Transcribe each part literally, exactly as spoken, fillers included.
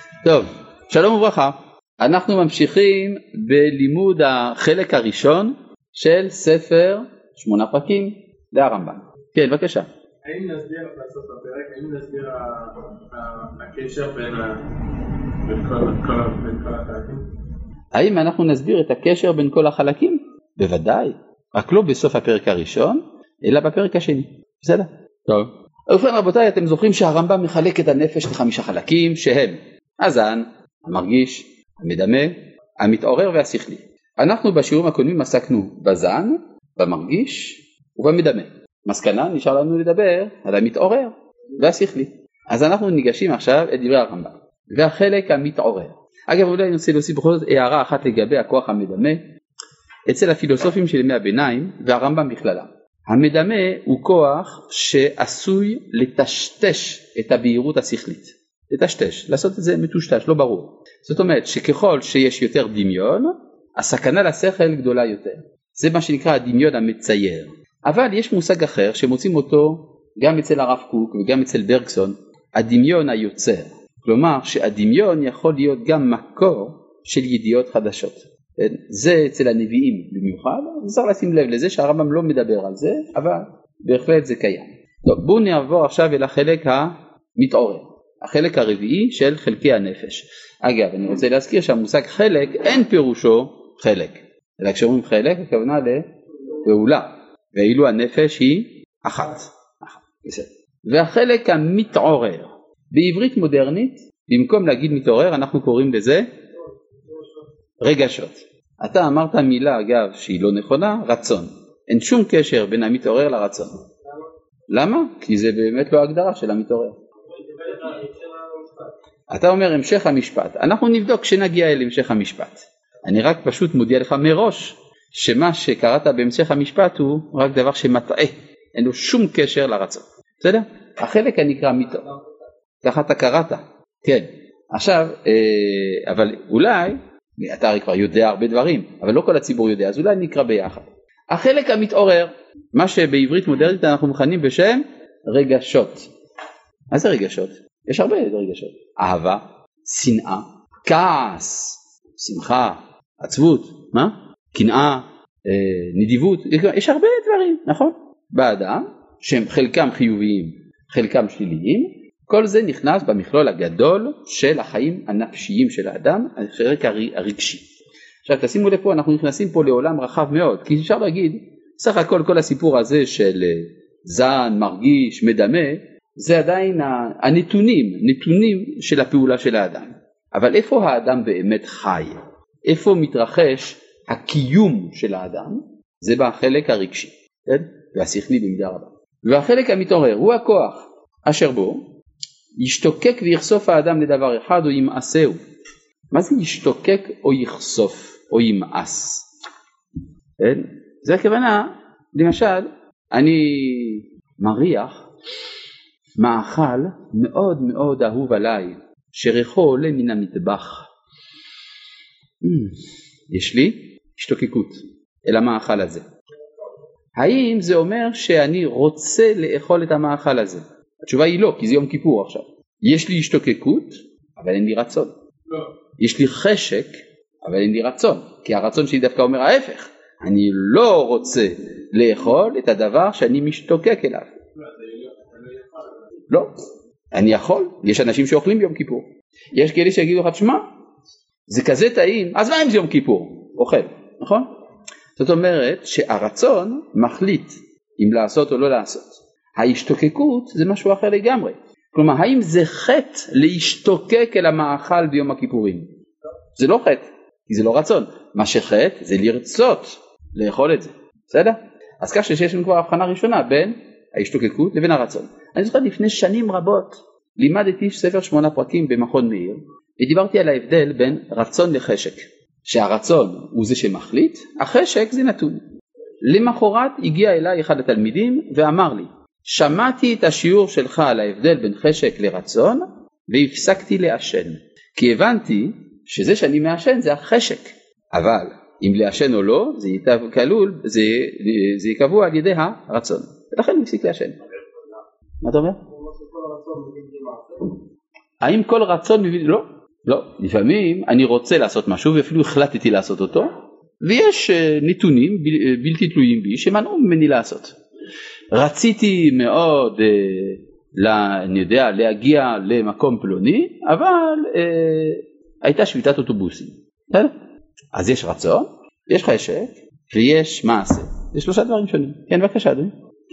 טוב, שלום וברכה. אנחנו ממשיכים בלימוד החלק הראשון של ספר שמונה פרקים להרמב"ם. כן, בבקשה. האם נסביר בסוף הפרק, האם נסביר הקשר בין כל החלקים? האם אנחנו נסביר את הקשר בין כל החלקים? בוודאי. רק לא בסוף הפרק הראשון, אלא בפרק השני. בסדר? טוב. ובכן רבותיי, אתם זוכרים שהרמב"ם מחלק את הנפש לחמישה חלקים שהם הזן, המרגיש, המדמה, המתעורר והשכלי. אנחנו בשיעורים הקודמים עסקנו בזן, במרגיש ובמדמה. מסקנה נשאר לנו לדבר על המתעורר והשכלי. אז אנחנו ניגשים עכשיו את דברי הרמב"ם. והחלק המתעורר. אגב, אולי אני רוצה להוסיף בכל זאת הערה אחת לגבי הכוח המדמה. אצל הפילוסופים של ימי הביניים והרמב"ם בכללה. המדמה הוא כוח שעשוי לטשטש את הבהירות השכלית. לטשטש, לעשות את זה מטושטש, לא ברור. זאת אומרת שככל שיש יותר דמיון, הסכנה לשכל גדולה יותר. זה מה שנקרא הדמיון המצייר. אבל יש מושג אחר שמוצאים אותו גם אצל הרב קוק וגם אצל ברגסון, הדמיון היוצר. כלומר שהדמיון יכול להיות גם מקור של ידיעות חדשות. זה אצל הנביאים במיוחד, צריך לשים לב לזה שהרמב"ם לא מדבר על זה, אבל בהחלט זה קיים. טוב, בואו נעבור עכשיו אל החלק המתעורר, החלק הרביעי של חלקי הנפש. אגב, אני רוצה להזכיר שהמושג חלק אין פירושו חלק, אלא כשאומרים חלק הכוונה לפעולה, ואילו הנפש היא אחת. אחת. בסדר. והחלק המתעורר, בעברית מודרנית, במקום להגיד מתעורר, אנחנו קוראים לזה רגשות. אתה אמרת מילה אגב שהיא לא נכונה, רצון. אין שום קשר בין המתעורר לרצון. למה? כי זה באמת לא הגדרה של המתעורר. אתה אומר המשך המשפט. אנחנו נבדוק כשנגיע אל המשך המשפט. אני רק פשוט מודיע לך מראש שמה שקראת בהמשך המשפט הוא רק דבר שמטעה. אין לו שום קשר לרצון. בסדר? החלק הנקרא מתעורר. ככה אתה קראת. כן. עכשיו, אבל אולי אתה הרי כבר יודע הרבה דברים, אבל לא כל הציבור יודע, אז אולי נקרא ביחד. החלק המתעורר, מה שבעברית מודרנית אנחנו מכנים בשם רגשות. מה זה רגשות? יש הרבה רגשות. אהבה, שנאה, כעס, שמחה, עצבות, מה? קנאה, נדיבות, יש הרבה דברים, נכון? באדם, שהם חלקם חיוביים, חלקם שליליים, כל זה נכנס במכלול הגדול של החיים הנפשיים של האדם, החלק הרגשי. עכשיו תשימו לפה, אנחנו נכנסים פה לעולם רחב מאוד, כי אפשר להגיד, סך הכל כל הסיפור הזה של זן, מרגיש, מדמה, זה עדיין הנתונים, נתונים של הפעולה של האדם. אבל איפה האדם באמת חי? איפה מתרחש הקיום של האדם? זה בחלק הרגשי, כן? והשכלי במידה רבה. והחלק המתעורר הוא הכוח אשר בו, ישתוקק ויחשוף האדם לדבר אחד או ימאסהו. מה זה ישתוקק או יחשוף או ימאס? זה הכוונה, למשל, אני מריח מאכל מאוד מאוד אהוב עליי, שריחו עולה מן המטבח. יש לי השתוקקות אל המאכל הזה. האם זה אומר שאני רוצה לאכול את המאכל הזה? התשובה היא לא, כי זה יום כיפור עכשיו. יש לי השתוקקות, אבל אין לי רצון. לא. יש לי חשק, אבל אין לי רצון. כי הרצון שלי דווקא אומר ההפך. אני לא רוצה לאכול את הדבר שאני משתוקק אליו. לא, אני יכול. יש אנשים שאוכלים ביום כיפור. יש כאלה שיגידו לך, שמה, זה כזה טעים, אז מה אם זה יום כיפור? אוכל, נכון? זאת אומרת שהרצון מחליט אם לעשות או לא לעשות. ההשתוקקות זה משהו אחר לגמרי. כלומר, האם זה חטא להשתוקק אל המאכל ביום הכיפורים? זה לא חטא, כי זה לא רצון. מה שחטא זה לרצות לאכול את זה. בסדר? אז כך שיש לנו כבר הבחנה ראשונה בין ההשתוקקות לבין הרצון. אני זוכר לפני שנים רבות לימדתי ספר שמונה פרקים במכון מאיר, ודיברתי על ההבדל בין רצון לחשק. שהרצון הוא זה שמחליט, החשק זה נתון. למחרת הגיע אליי אחד התלמידים ואמר לי, שמעתי את השיעור שלך על ההבדל בין חשק לרצון, והפסקתי לעשן. כי הבנתי שזה שאני מעשן זה החשק. אבל אם לעשן או לא, זה יקבול, זה, זה יקבוע על ידי הרצון. ולכן הוא הפסיק לעשן. מה אתה אומר? האם כל רצון מביא? לא. לא, לפעמים אני רוצה לעשות משהו ואפילו החלטתי לעשות אותו, ויש נתונים בלתי תלויים בי שמנעו ממני לעשות. רציתי מאוד, לה, אני יודע, להגיע למקום פלוני, אבל אה, הייתה שביתת אוטובוסים. אז יש רצון, יש חשק, ויש מעשה. יש שלושה דברים שונים. כן, בבקשה, אדוני.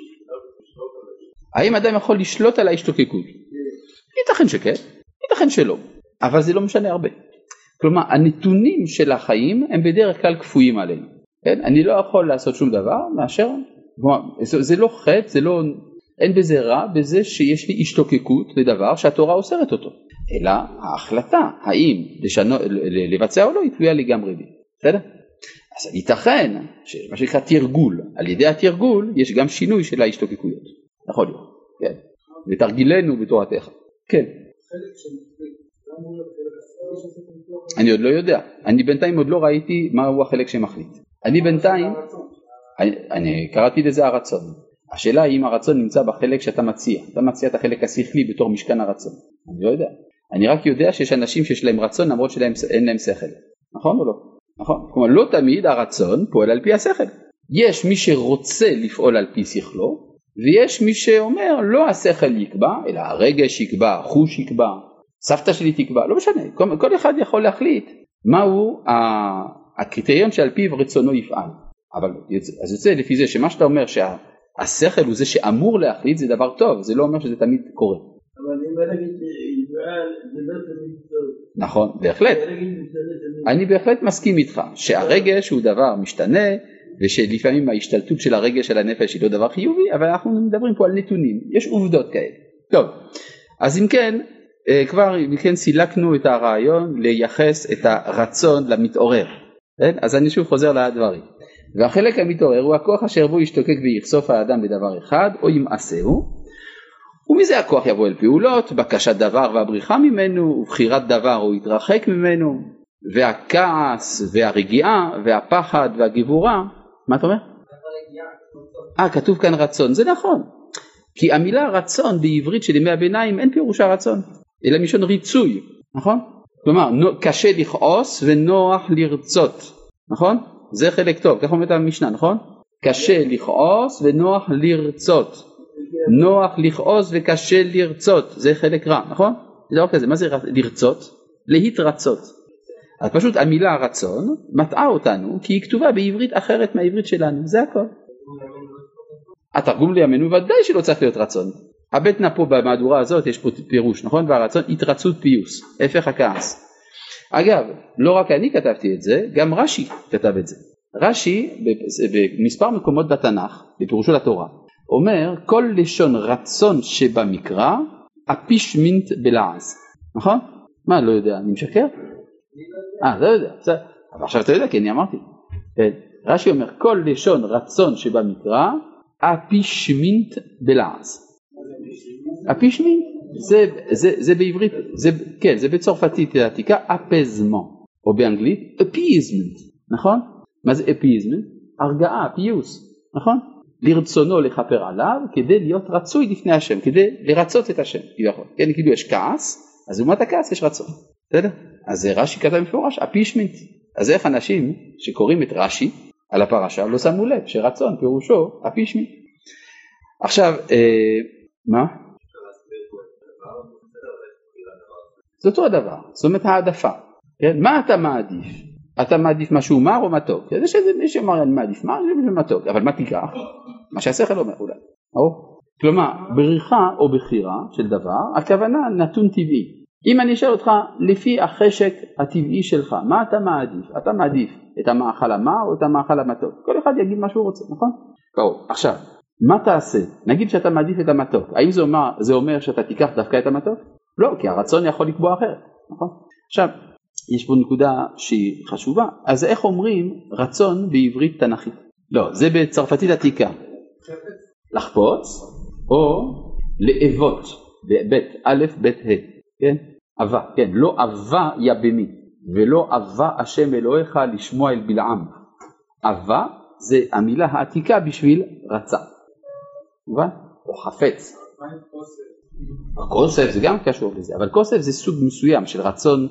האם אדם יכול לשלוט על ההשתוקקות? ייתכן שכן, ייתכן שלא, אבל זה לא משנה הרבה. כלומר, הנתונים של החיים הם בדרך כלל כפויים עלינו. כן? אני לא יכול לעשות שום דבר מאשר, זה לא חטא, זה לא, אין בזה רע, בזה שיש לי השתוקקות לדבר שהתורה אוסרת אותו. אלא ההחלטה, האם לשנו, לבצע או לא, היא תלויה לגמרי בי. בסדר? אז ייתכן, מה שנקרא תרגול, על ידי התרגול יש גם שינוי של ההשתוקקויות. יכול להיות, כן. ותרגילנו בתורתך. כן. אני עוד לא יודע. אני בינתיים עוד לא ראיתי מהו החלק שמחליט. אני בינתיים, אני, אני קראתי לזה הרצון. השאלה היא אם הרצון נמצא בחלק שאתה מציע. אתה מציע את החלק השכלי בתור משכן הרצון. אני לא יודע. אני רק יודע שיש אנשים שיש להם רצון למרות שאין להם שכל. נכון או לא? נכון. כלומר, לא תמיד הרצון פועל על פי השכל. יש מי שרוצה לפעול על פי שכלו, ויש מי שאומר לא השכל יקבע, אלא הרגש יקבע, החוש יקבע, סבתא שלי תקבע, לא משנה. כל, כל אחד יכול להחליט מהו הקריטריון שעל פיו רצונו יפעל. אבל אז יוצא לפי זה שמה שאתה אומר שהשכל הוא זה שאמור להחליט, זה דבר טוב, זה לא אומר שזה תמיד קורה. אבל אם הרגש יפעל, זה לא תמיד טוב. נכון, בהחלט. אני בהחלט מסכים איתך שהרגש הוא דבר משתנה, ושלפעמים ההשתלטות של הרגש על הנפש היא לא דבר חיובי, אבל אנחנו מדברים פה על נתונים, יש עובדות כאלה. טוב, אז אם כן, כבר אם כן סילקנו את הרעיון לייחס את הרצון למתעורר. אז אני שוב חוזר לדברים. והחלק המתעורר הוא הכוח אשר בו ישתוקק ויחשוף האדם בדבר אחד, או ימעשהו, ומזה הכוח יבוא אל פעולות, בקשת דבר והבריחה ממנו, ובחירת דבר או יתרחק ממנו, והכעס והרגיעה והפחד והגבורה. מה אתה אומר? אה, כתוב כאן רצון, זה נכון. כי המילה רצון בעברית של ימי הביניים אין פירושה רצון, אלא משון ריצוי, נכון? כלומר, קשה לכעוס ונוח לרצות, נכון? זה חלק טוב, כך אומרת המשנה, נכון? קשה לכעוס ונוח לרצות. נוח לכעוס וקשה לרצות, זה חלק רע, נכון? זה לא כזה, מה זה לרצות? להתרצות. אז פשוט המילה רצון מטעה אותנו, כי היא כתובה בעברית אחרת מהעברית שלנו, זה הכל. התרגום לימינו ודאי שלא צריך להיות רצון. הבטנה פה במהדורה הזאת יש פה פירוש, נכון? והרצון התרצות פיוס, הפך הכעס. אגב, לא רק אני כתבתי את זה, גם רש"י כתב את זה. רש"י במספר מקומות בתנ"ך, בפירושו לתורה, אומר כל לשון רצון שבמקרא, אפיש מינט בלעז. נכון? מה, לא יודע, אני משקר? אה, לא יודע, בסדר. אבל עכשיו אתה יודע, כי אני אמרתי. רש"י אומר כל לשון רצון שבמקרא, אפישמינט בלעז. אפישמינט זה, זה, זה בעברית, זה, כן, זה בצרפתית העתיקה, אפזמן, או באנגלית, אפיזמנט, נכון? מה זה אפיזמנט? הרגעה, פיוס, נכון? לרצונו לכפר עליו, כדי להיות רצוי לפני השם, כדי לרצות את השם, כן, כאילו יש כעס, אז לעומת הכעס יש רצון, בסדר? אז זה רש"י כתב מפורש, אפישמינט. אז איך אנשים שקוראים את רש"י על הפרשה לא שמו לב שרצון פירושו אפישמינט. עכשיו, אה, מה? זה אותו הדבר, זאת אומרת העדפה. כן? מה אתה מעדיף? אתה מעדיף משהו מר או מתוק? יש איזה מי שאומר אני מעדיף מר, יש איזה מתוק, אבל מה תיקח? מה שהשכל אומר אולי. או? כלומר, בריחה או בחירה של דבר, הכוונה נתון טבעי. אם אני אשאל אותך, לפי החשק הטבעי שלך, מה אתה מעדיף? אתה מעדיף את המאכל המר או את המאכל המתוק? כל אחד יגיד מה שהוא רוצה, נכון? טוב, עכשיו, מה תעשה? נגיד שאתה מעדיף את המתוק. האם זה אומר, זה אומר שאתה תיקח דווקא את המתוק? לא, כי הרצון יכול לקבוע אחרת, נכון? עכשיו, יש פה נקודה שהיא חשובה. אז איך אומרים רצון בעברית תנכית? לא, זה בצרפתית עתיקה. לחפוץ או לאבות, בבית, א', ב', ה'. כן? אהבה, כן, לא אהבה יבמי, ולא אהבה השם אלוהיך לשמוע אל בלעם. אהבה זה המילה העתיקה בשביל רצה. מובן? או חפץ. כוסף זה גם קשור לזה, אבל כוסף זה סוג מסוים של רצון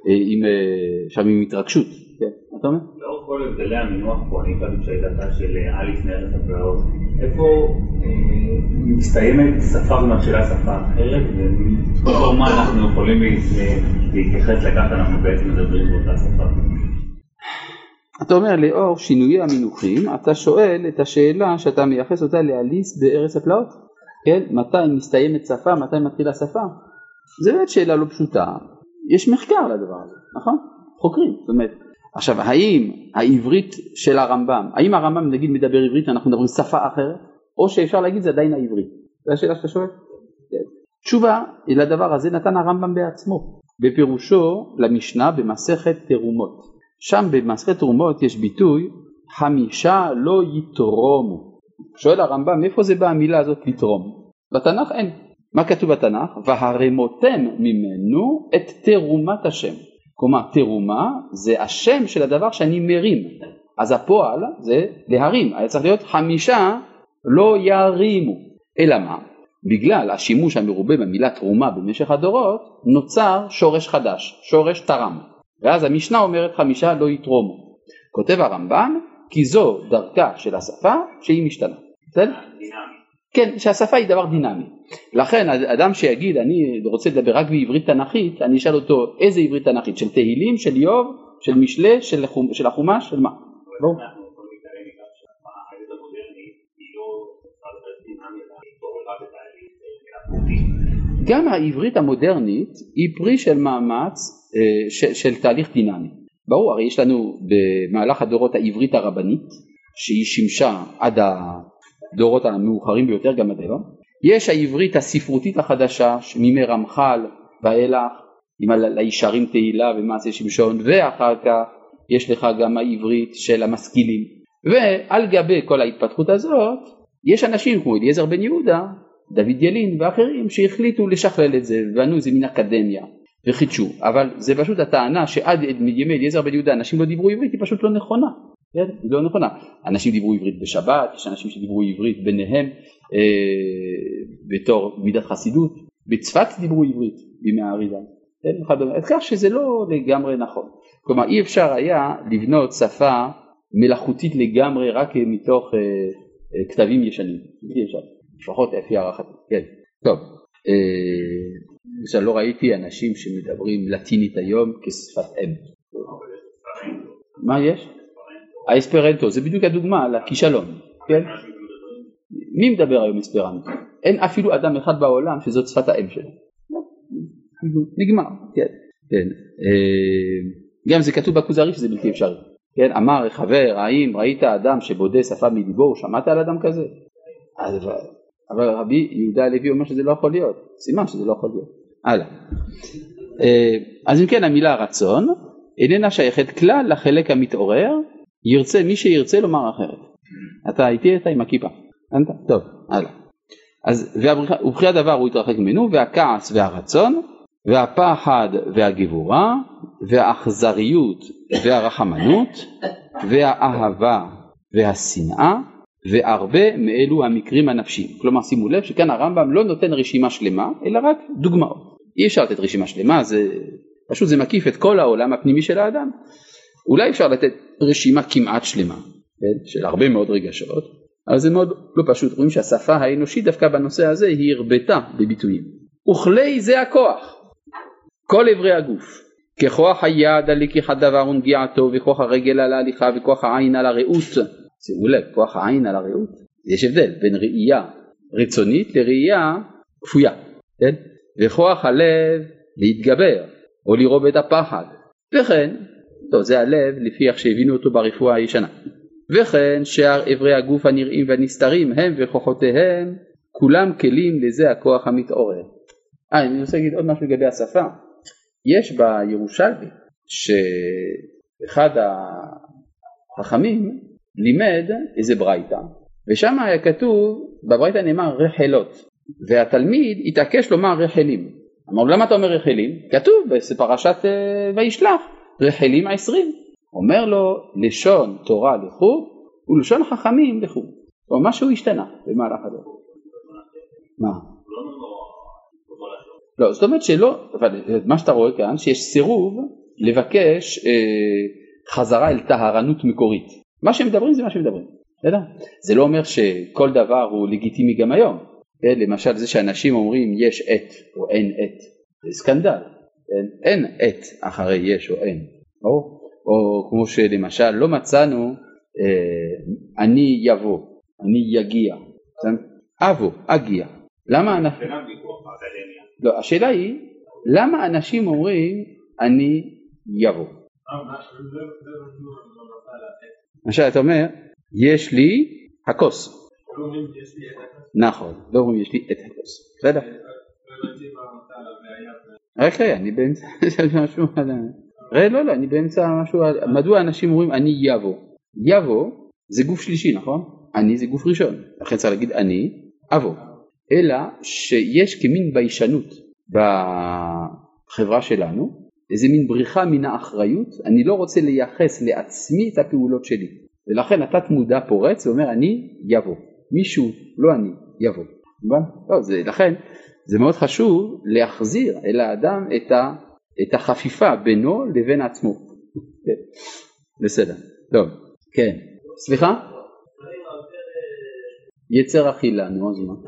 עם, שם עם התרגשות, כן, אתה אומר? לאור כל הבדלי המינוח פה, אני חייב שהייתה של על לפני ארץ הפלאות, איפה מסתיימת שפה ומתחילה שפה אחרת, ובתור מה אנחנו יכולים להתייחס לכך, אנחנו בעצם מדברים באותה שפה. אתה אומר, לאור שינויי המינוחים, אתה שואל את השאלה שאתה מייחס אותה לאליס בארץ הפלאות, כן? מתי מסתיימת שפה, מתי מתחילה שפה? זו באמת שאלה לא פשוטה, יש מחקר לדבר הזה, נכון? חוקרים, זאת אומרת. עכשיו, האם העברית של הרמב"ם, האם הרמב"ם נגיד מדבר עברית, אנחנו מדברים שפה אחרת, או שאפשר להגיד זה עדיין העברית? זו השאלה שאתה שואל? תשובה לדבר הזה נתן הרמב"ם בעצמו, בפירושו למשנה במסכת תרומות. שם במסכת תרומות יש ביטוי, חמישה לא יתרומו. שואל הרמב"ם, איפה זה בא המילה הזאת לתרום? בתנ"ך אין. מה כתוב בתנ"ך? והרמותם ממנו את תרומת השם. כלומר, תרומה זה השם של הדבר שאני מרים. אז הפועל זה להרים. היה צריך להיות חמישה לא ירימו. אלא מה? בגלל השימוש המרובה במילה תרומה במשך הדורות, נוצר שורש חדש, שורש תרם. ואז המשנה אומרת חמישה לא יתרומו. כותב הרמב"ם, כי זו דרכה של השפה שהיא משתנה. בסדר? כן, שהשפה היא דבר דינמי. לכן אדם שיגיד אני רוצה לדבר רק בעברית תנ"כית, אני אשאל אותו איזה עברית תנ"כית, של תהילים, של איוב, של משלי, של, של החומש, של מה? בואו. גם העברית המודרנית היא פרי של מאמץ של, של תהליך דינמי. ברור, הרי יש לנו במהלך הדורות העברית הרבנית שהיא שימשה עד הדורות המאוחרים ביותר גם עד היום. יש העברית הספרותית החדשה מימי רמח"ל ואילך עם הישרים תהילה ומעשה שמשון, ואחר כך יש לך גם העברית של המשכילים. ועל גבי כל ההתפתחות הזאת יש אנשים כמו אליעזר בן יהודה, דוד ילין ואחרים שהחליטו לשכלל את זה ובנו זה מן אקדמיה וחידשו. אבל זה פשוט הטענה שעד ימי אליעזר בן יהודה אנשים לא דיברו עברית, היא פשוט לא נכונה. היא לא נכונה. אנשים דיברו עברית בשבת, יש אנשים שדיברו עברית ביניהם אה, בתור מידת חסידות. בצפת דיברו עברית בימי האריזה. את כך שזה לא לגמרי נכון. כלומר אי אפשר היה לבנות שפה מלאכותית לגמרי רק מתוך אה, אה, כתבים ישנים. אי אפשר. לפחות לפי הערכתי. כן. טוב. אה, לא ראיתי אנשים שמדברים לטינית היום כשפת אם. מה יש? האספרנטו, זה בדיוק הדוגמה לכישלון, כן? מי מדבר היום אספרנטו? אין אפילו אדם אחד בעולם שזאת שפת האם שלו. נגמר, כן. כן. גם זה כתוב בכוזרי שזה בלתי אפשרי. כן, אמר חבר, האם ראית אדם שבודה שפה מליבו, שמעת על אדם כזה? אבל רבי יהודה הלוי אומר שזה לא יכול להיות. סימן שזה לא יכול להיות. הלאה. אז אם כן, המילה רצון איננה שייכת כלל לחלק המתעורר, ירצה מי שירצה לומר אחרת. אתה איתי אתה עם הכיפה. טוב, הלאה. אז ובכי הדבר הוא יתרחק ממנו, והכעס והרצון, והפחד והגבורה, והאכזריות והרחמנות, והאהבה והשנאה, והרבה מאלו המקרים הנפשיים. כלומר, שימו לב שכאן הרמב"ם לא נותן רשימה שלמה, אלא רק דוגמאות. אי אפשר לתת רשימה שלמה, זה פשוט זה מקיף את כל העולם הפנימי של האדם. אולי אפשר לתת רשימה כמעט שלמה, כן? של הרבה מאוד רגשות, אבל זה מאוד לא פשוט. רואים שהשפה האנושית דווקא בנושא הזה היא הרבתה בביטויים. וכלי זה הכוח, כל עברי הגוף, ככוח היד על לקיחת דבר ונגיעתו, וכוח הרגל על ההליכה, וכוח העין על הראות. שימו לב, כוח העין על הראות, יש הבדל בין ראייה רצונית לראייה כפויה, כן? וכוח הלב להתגבר או לרוב את הפחד, וכן טוב, זה הלב לפי איך שהבינו אותו ברפואה הישנה. וכן שאר עברי הגוף הנראים והנסתרים הם וכוחותיהם כולם כלים לזה הכוח המתעורר. אה, אני רוצה להגיד עוד משהו לגבי השפה. יש בירושלמי שאחד החכמים לימד איזה ברייתא, ושם היה כתוב, בברייתא נאמר רחלות, והתלמיד התעקש לומר רחלים. אמר, למה אתה אומר רחלים? כתוב בפרשת וישלח רחלים עשרים. אומר לו, לשון תורה לכו ולשון חכמים לכו. או משהו השתנה במהלך הדור. מה? לא, זאת אומרת שלא, אבל מה שאתה רואה כאן, שיש סירוב לבקש אה, חזרה אל טהרנות מקורית. מה שמדברים זה מה שמדברים. בסדר? זה לא אומר שכל דבר הוא לגיטימי גם היום. כן? למשל זה שאנשים אומרים יש עת או אין עת. זה סקנדל. אין, אין עת אחרי יש או אין. או, או כמו שלמשל לא מצאנו אה, אני יבוא, אני יגיע. אבו, אגיע. למה אנחנו... זה גם ויכוח באקדמיה. לא, השאלה היא, למה אנשים אומרים אני יבוא? למשל אתה אומר, יש לי הכוס. נכון, לא אומרים יש לי את הכוס. בסדר? רק רגע, אני באמצע משהו, לא, לא, אני באמצע משהו, מדוע אנשים אומרים אני יבוא? יבוא זה גוף שלישי, נכון? אני זה גוף ראשון, לכן צריך להגיד אני אבוא. אלא שיש כמין ביישנות בחברה שלנו, איזה מין בריחה מן האחריות, אני לא רוצה לייחס לעצמי את הפעולות שלי. ולכן התת מודע פורץ ואומר אני יבוא. מישהו, לא אני, יבוא. לא, זה, לכן זה מאוד חשוב להחזיר אל האדם את, ה, את החפיפה בינו לבין עצמו. בסדר. טוב, כן. סליחה? יצר אכילה, נו, אז מה?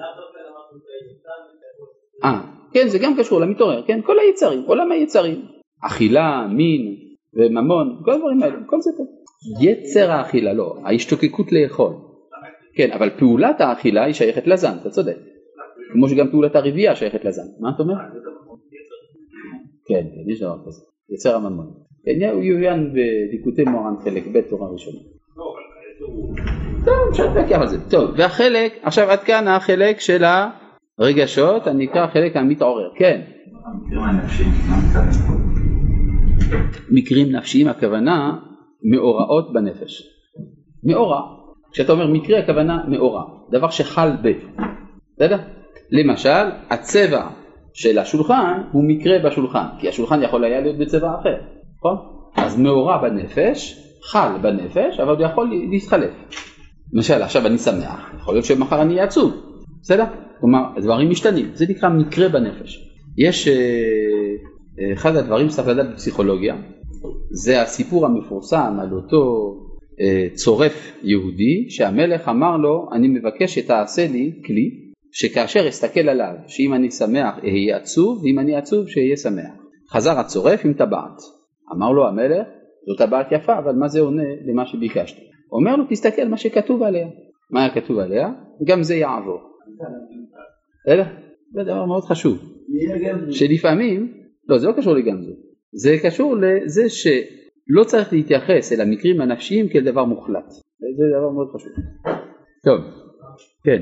אה, כן, זה גם קשור למתעורר, כן? כל היצרים, עולם היצרים. אכילה, מין וממון, כל הדברים האלה, כל זה טוב. יצר האכילה, לא, ההשתוקקות לאכול. כן, אבל פעולת האכילה היא שייכת לזן, אתה צודק. כמו שגם פעולת הרבייה שייכת לזן. מה אתה אומר? כן, כן, יש דבר כזה. יצר הממון. כן, הוא יויין בליקוטי מוהר"ן חלק ב' תורה ראשונה. טוב, אפשר להתווכח על זה. טוב, והחלק, עכשיו עד כאן החלק של הרגשות, אני אקרא החלק המתעורר. כן. המקרים הנפשיים, מה מתכוון? מקרים נפשיים הכוונה מאורעות בנפש. מאורע, כשאתה אומר מקרה הכוונה מאורע, דבר שחל ב. בסדר? למשל, הצבע של השולחן הוא מקרה בשולחן, כי השולחן יכול היה להיות בצבע אחר, נכון? אז מאורע בנפש, חל בנפש, אבל הוא יכול להתחלף. למשל, עכשיו אני שמח, יכול להיות שמחר אני עצוב, בסדר? כלומר, הדברים משתנים, זה נקרא מקרה בנפש. יש אה, אחד הדברים שצריך לדעת בפסיכולוגיה, זה הסיפור המפורסם על אותו אה, צורף יהודי, שהמלך אמר לו, אני מבקש שתעשה לי כלי, שכאשר אסתכל עליו, שאם אני שמח אהיה עצוב, ואם אני עצוב שאהיה שמח. חזר הצורף עם טבעת. אמר לו המלך, זו טבעת יפה, אבל מה זה עונה למה שביקשתי? אומר לו, תסתכל מה שכתוב עליה. מה היה כתוב עליה? גם זה יעבור. אלא? זה דבר מאוד חשוב. שלפעמים, לא, זה לא קשור לגמזו. זה קשור לזה שלא צריך להתייחס אל המקרים הנפשיים כאל דבר מוחלט. זה דבר מאוד חשוב. טוב, כן.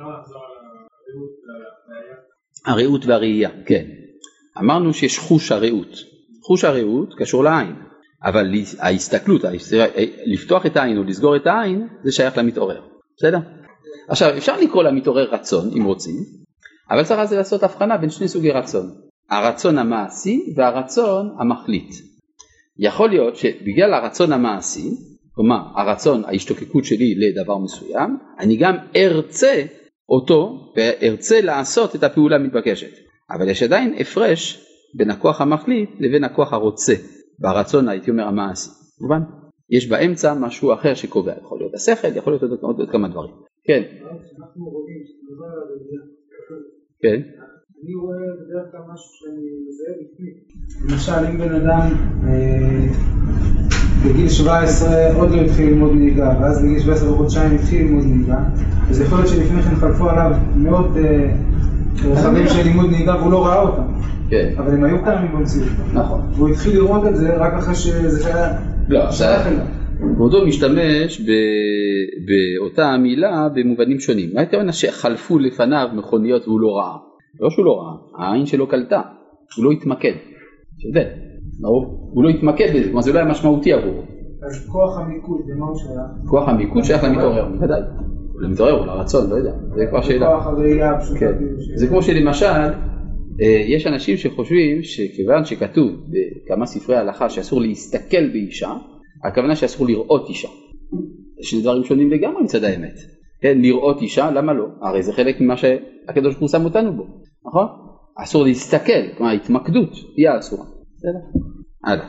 הראות והראייה, כן. אמרנו שיש חוש הראות. חוש הראות קשור לעין, אבל ההסתכלות, לפתוח את העין או לסגור את העין, זה שייך למתעורר. בסדר? עכשיו, אפשר לקרוא למתעורר רצון, אם רוצים, אבל צריך אז לעשות הבחנה בין שני סוגי רצון. הרצון המעשי והרצון המחליט. יכול להיות שבגלל הרצון המעשי, כלומר, הרצון, ההשתוקקות שלי לדבר מסוים, אני גם ארצה אותו וארצה לעשות את הפעולה המתבקשת. אבל יש עדיין הפרש בין הכוח המחליט לבין הכוח הרוצה, ברצון הייתי אומר המעשי. מובן? יש באמצע משהו אחר שקובע, יכול להיות השכל, יכול להיות עוד, עוד, עוד כמה דברים. כן. אנחנו רואים, דבר על הראייה. כן. אני רואה בדרך כלל משהו שאני מזהה בפנים. למשל, אם בן אדם אה, בגיל שבע עשרה עוד לא התחיל ללמוד נהיגה, ואז בגיל שבע עשרה וחודשיים התחיל ללמוד נהיגה, אז יכול להיות שלפני כן חלפו עליו מאות אה, רכבים של לימוד נהיגה והוא לא ראה אותם. כן. אבל הם היו קיימים במציאות. נכון. והוא התחיל לראות את זה רק אחרי שזה קרה. לא, כבודו משתמש באותה המילה במובנים שונים. מה הכוונה שחלפו לפניו מכוניות והוא לא ראה? לא שהוא לא ראה, העין שלו קלטה, הוא לא התמקד. שווה, הוא לא התמקד בזה, כלומר זה לא היה משמעותי עבורו. אז כוח המיקוד, זה מה הוא שייך? כוח המיקוד שייך למתעורר, בוודאי. למתעורר או לרצון, לא יודע, זה כבר שאלה. כוח הראייה הפשוטה. זה כמו שלמשל, יש אנשים שחושבים שכיוון שכתוב בכמה ספרי הלכה שאסור להסתכל באישה, הכוונה שאסור לראות אישה. יש דברים שונים לגמרי מצד האמת. כן, לראות אישה, למה לא? הרי זה חלק ממה שהקדוש ברוך הוא שם אותנו בו, נכון? אסור להסתכל, כלומר ההתמקדות היא האסורה. בסדר? הלאה.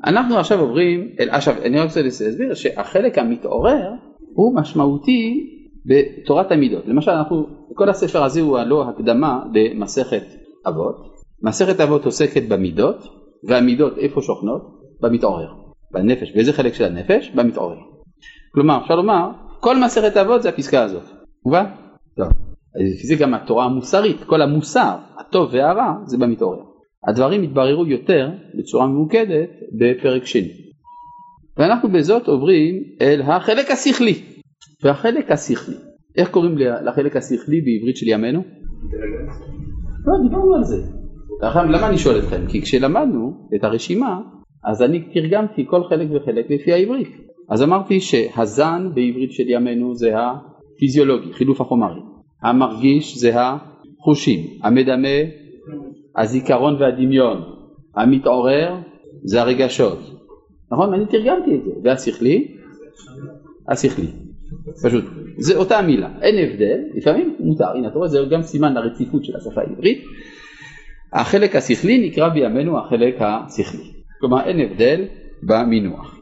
אנחנו עכשיו עוברים, אל, עכשיו אני רק רוצה להסביר שהחלק המתעורר הוא משמעותי בתורת המידות. למשל אנחנו, כל הספר הזה הוא לא הקדמה למסכת אבות. מסכת אבות עוסקת במידות, והמידות איפה שוכנות? במתעורר, בנפש. ואיזה חלק של הנפש? במתעורר. כלומר, אפשר לומר, כל מסכת אבות זה הפסקה הזאת. מובן? טוב. זה גם התורה המוסרית, כל המוסר, הטוב והרע, זה במתעורר. הדברים התבררו יותר בצורה ממוקדת בפרק שני. ואנחנו בזאת עוברים אל החלק השכלי. והחלק השכלי, איך קוראים לחלק השכלי בעברית של ימינו? לא, דיברנו על זה. למה אני שואל אתכם? כי כשלמדנו את הרשימה, אז אני תרגמתי כל חלק וחלק לפי העברית. אז אמרתי שהזן בעברית של ימינו זה הפיזיולוגי, חילוף החומרים. המרגיש זה החושים, המדמה, הזיכרון והדמיון. המתעורר זה הרגשות. נכון? אני תרגמתי את זה. והשכלי? השכלי. פשוט. זה אותה מילה. אין הבדל. לפעמים מותר. הנה, אתה רואה, זה גם סימן לרציפות של השפה העברית. החלק השכלי נקרא בימינו החלק השכלי. כלומר, אין הבדל במינוח.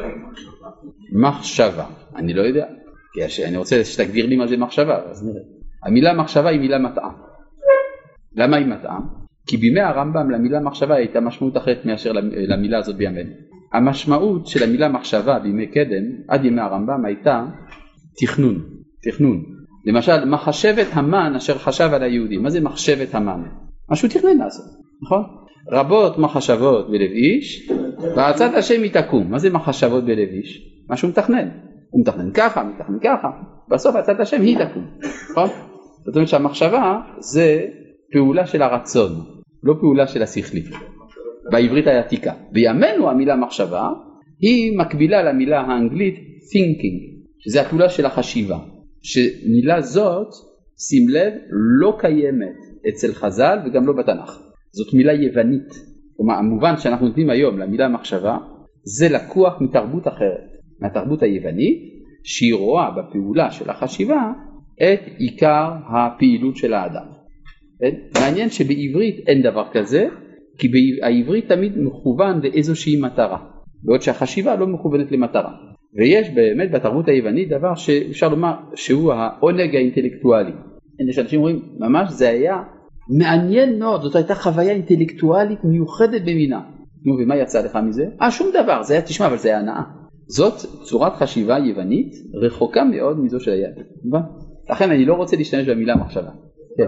מחשבה. אני לא יודע. כי אני רוצה שתגדיר לי מה זה מחשבה, אז נראה. המילה מחשבה היא מילה מטעה. למה היא מטעה? כי בימי הרמב"ם למילה מחשבה הייתה משמעות אחרת מאשר למילה הזאת בימינו. המשמעות של המילה מחשבה בימי קדם, עד ימי הרמב"ם, הייתה תכנון. תכנון. למשל, מחשבת המן אשר חשב על היהודים. מה זה מחשבת המן? משהו תכנן לעשות, נכון? רבות מחשבות בלב איש, ועצת השם היא תקום. מה זה מחשבות בלב איש? משהו מתכנן. הוא מתכנן ככה, מתכנן ככה. בסוף עצת השם היא תקום. נכון? זאת אומרת שהמחשבה זה פעולה של הרצון, לא פעולה של השכלי. בעברית העתיקה. בימינו המילה מחשבה היא מקבילה למילה האנגלית thinking, שזה הפעולה של החשיבה. שמילה זאת, שים לב, לא קיימת אצל חז"ל וגם לא בתנ"ך. זאת מילה יוונית. כלומר, המובן שאנחנו נותנים היום למילה מחשבה, זה לקוח מתרבות אחרת, מהתרבות היוונית, שהיא רואה בפעולה של החשיבה את עיקר הפעילות של האדם. מעניין שבעברית אין דבר כזה, כי בעברית תמיד מכוון לאיזושהי מטרה, בעוד שהחשיבה לא מכוונת למטרה. ויש באמת בתרבות היוונית דבר שאפשר לומר שהוא העונג האינטלקטואלי. יש אנשים אומרים, ממש זה היה מעניין מאוד, זאת הייתה חוויה אינטלקטואלית מיוחדת במינה. נו, ומה יצא לך מזה? אה, שום דבר, זה היה, תשמע, אבל זה היה הנאה. זאת צורת חשיבה יוונית רחוקה מאוד מזו של היהדות. לכן אני לא רוצה להשתמש במילה מחשבה. כן.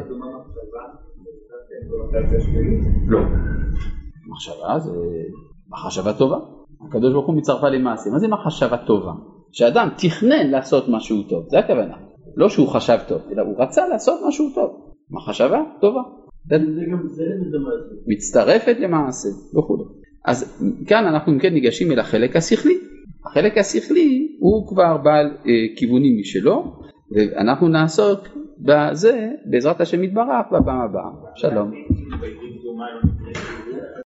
לא. מחשבה זה מחשבה טובה. הקדוש ברוך הוא מצרפה למעשה. מה זה מחשבה טובה? שאדם תכנן לעשות משהו טוב. זה הכוונה. לא שהוא חשב טוב, אלא הוא רצה לעשות משהו טוב. מחשבה טובה. מצטרפת למעשה. וכו'. אז כאן אנחנו כן ניגשים אל החלק השכלי. החלק השכלי הוא כבר בעל אה, כיוונים משלו, ואנחנו נעסוק בזה בעזרת השם יתברך בפעם הבאה. שלום.